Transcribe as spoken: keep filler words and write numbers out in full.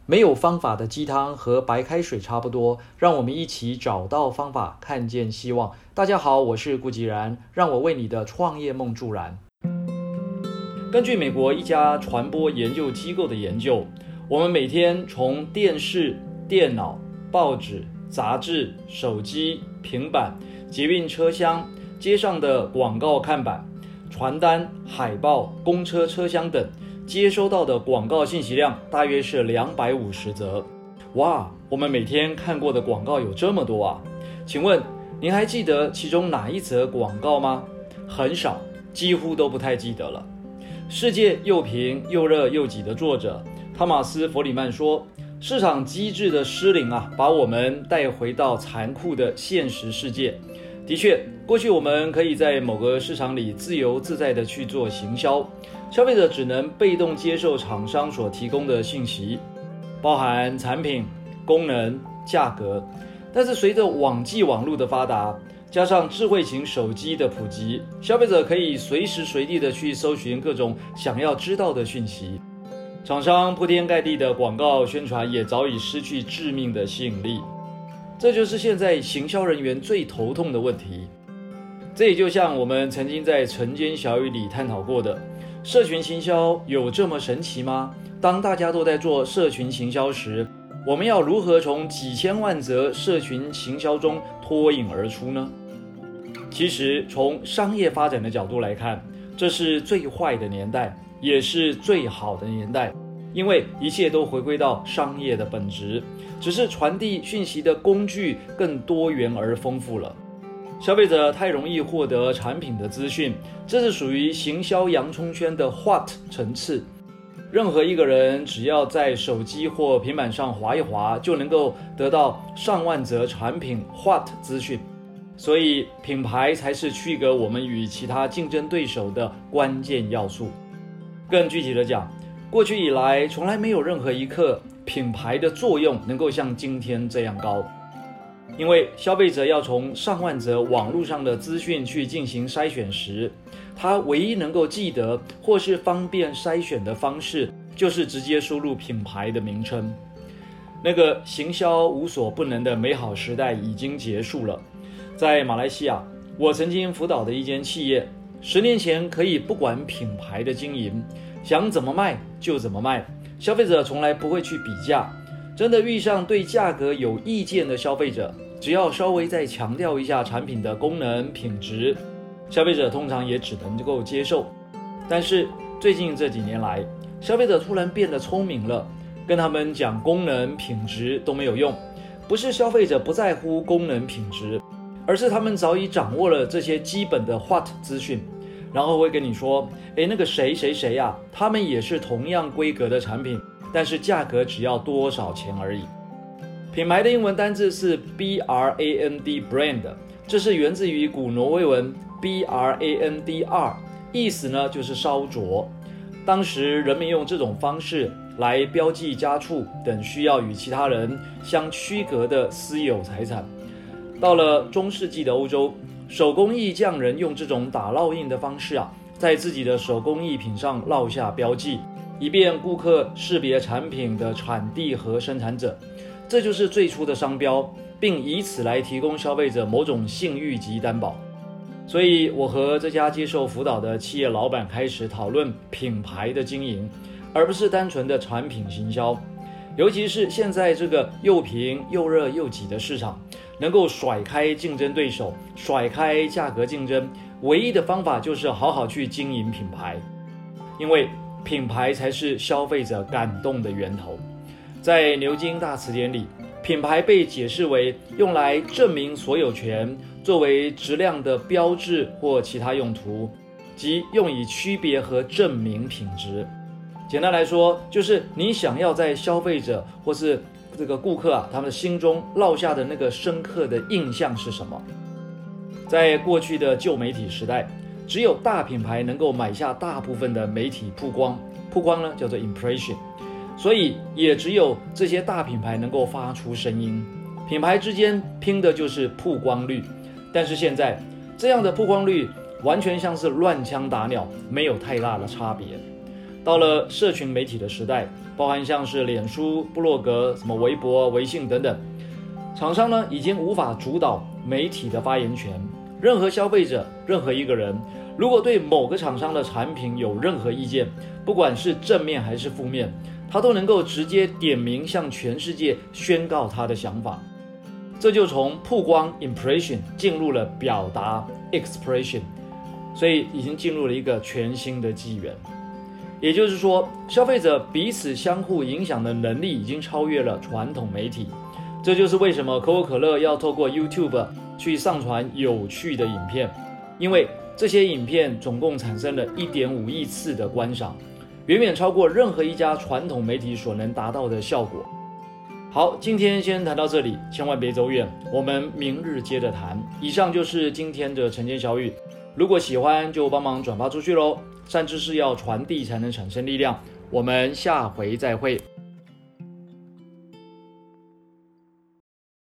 没有方法的鸡汤和白开水差不多，让我们一起找到方法，看见希望。大家好，我是顾吉然，让我为你的创业梦助燃。根据美国一家传播研究机构的研究，我们每天从电视、电脑、报纸、杂志、手机、平板、捷运车厢、街上的广告看板、传单、海报、公车车厢等接收到的广告信息量大约是两百五十则。哇，我们每天看过的广告有这么多啊！请问您还记得其中哪一则广告吗？很少，几乎都不太记得了。世界又平又热又挤的作者汤马斯·弗里曼说，市场机制的失灵啊，把我们带回到残酷的现实世界。的确，过去我们可以在某个市场里自由自在地去做行销，消费者只能被动接受厂商所提供的信息，包含产品、功能、价格。但是随着网际网络的发达，加上智慧型手机的普及，消费者可以随时随地的去搜寻各种想要知道的讯息。厂商铺天盖地的广告宣传也早已失去致命的吸引力。这就是现在行销人员最头痛的问题。这也就像我们曾经在晨间小语里探讨过的，社群行销有这么神奇吗？当大家都在做社群行销时，我们要如何从几千万则社群行销中脱颖而出呢？其实从商业发展的角度来看，这是最坏的年代，也是最好的年代，因为一切都回归到商业的本质，只是传递讯息的工具更多元而丰富了。消费者太容易获得产品的资讯，这是属于行销洋葱圈的 What 层次。任何一个人只要在手机或平板上滑一滑，就能够得到上万则产品 What 资讯。所以品牌才是区隔我们与其他竞争对手的关键要素。更具体的讲，过去以来从来没有任何一刻品牌的作用能够像今天这样高。因为消费者要从上万则网络上的资讯去进行筛选时，他唯一能够记得或是方便筛选的方式，就是直接输入品牌的名称。那个行销无所不能的美好时代已经结束了。在马来西亚，我曾经辅导的一间企业，十年前可以不管品牌的经营，想怎么卖就怎么卖，消费者从来不会去比价。真的遇上对价格有意见的消费者，只要稍微再强调一下产品的功能品质，消费者通常也只能够接受。但是最近这几年来，消费者突然变得聪明了，跟他们讲功能品质都没有用。不是消费者不在乎功能品质，而是他们早已掌握了这些基本的 What 资讯，然后会跟你说，诶，那个谁谁谁啊，他们也是同样规格的产品，但是价格只要多少钱而已。品牌的英文单字是 B R A N D brand， 这是源自于古挪威文 B R A N D R， 意思呢就是烧灼。当时人们用这种方式来标记家畜等需要与其他人相区隔的私有财产。到了中世纪的欧洲，手工艺匠人用这种打烙印的方式啊，在自己的手工艺品上烙下标记，以便顾客识别产品的产地和生产者。这就是最初的商标，并以此来提供消费者某种信誉及担保。所以我和这家接受辅导的企业老板开始讨论品牌的经营，而不是单纯的产品行销。尤其是现在这个又平又热又挤的市场，能够甩开竞争对手，甩开价格竞争，唯一的方法就是好好去经营品牌。因为品牌才是消费者感动的源头。在牛津大词典里，品牌被解释为用来证明所有权，作为质量的标志或其他用途，即用以区别和证明品质。简单来说，就是你想要在消费者或是这个顾客啊，他们心中烙下的那个深刻的印象是什么？在过去的旧媒体时代，只有大品牌能够买下大部分的媒体曝光，曝光呢叫做 impression， 所以也只有这些大品牌能够发出声音，品牌之间拼的就是曝光率。但是现在这样的曝光率完全像是乱枪打鸟，没有太大的差别。 到了社群媒体的时代，包含像是脸书、部落格、什么微博、微信等等，厂商呢已经无法主导媒体的发言权。任何消费者、任何一个人，如果对某个厂商的产品有任何意见，不管是正面还是负面，他都能够直接点名向全世界宣告他的想法。这就从曝光 impression 进入了表达 expression， 所以已经进入了一个全新的纪元。也就是说，消费者彼此相互影响的能力已经超越了传统媒体。这就是为什么可口可乐要透过 YouTube 去上传有趣的影片，因为这些影片总共产生了 一点五亿次的观赏，远远超过任何一家传统媒体所能达到的效果。好，今天先谈到这里，千万别走远，我们明日接着谈。以上就是今天的晨间小语，如果喜欢就帮忙转发出去咯，善知识要传递才能产生力量，我们下回再会。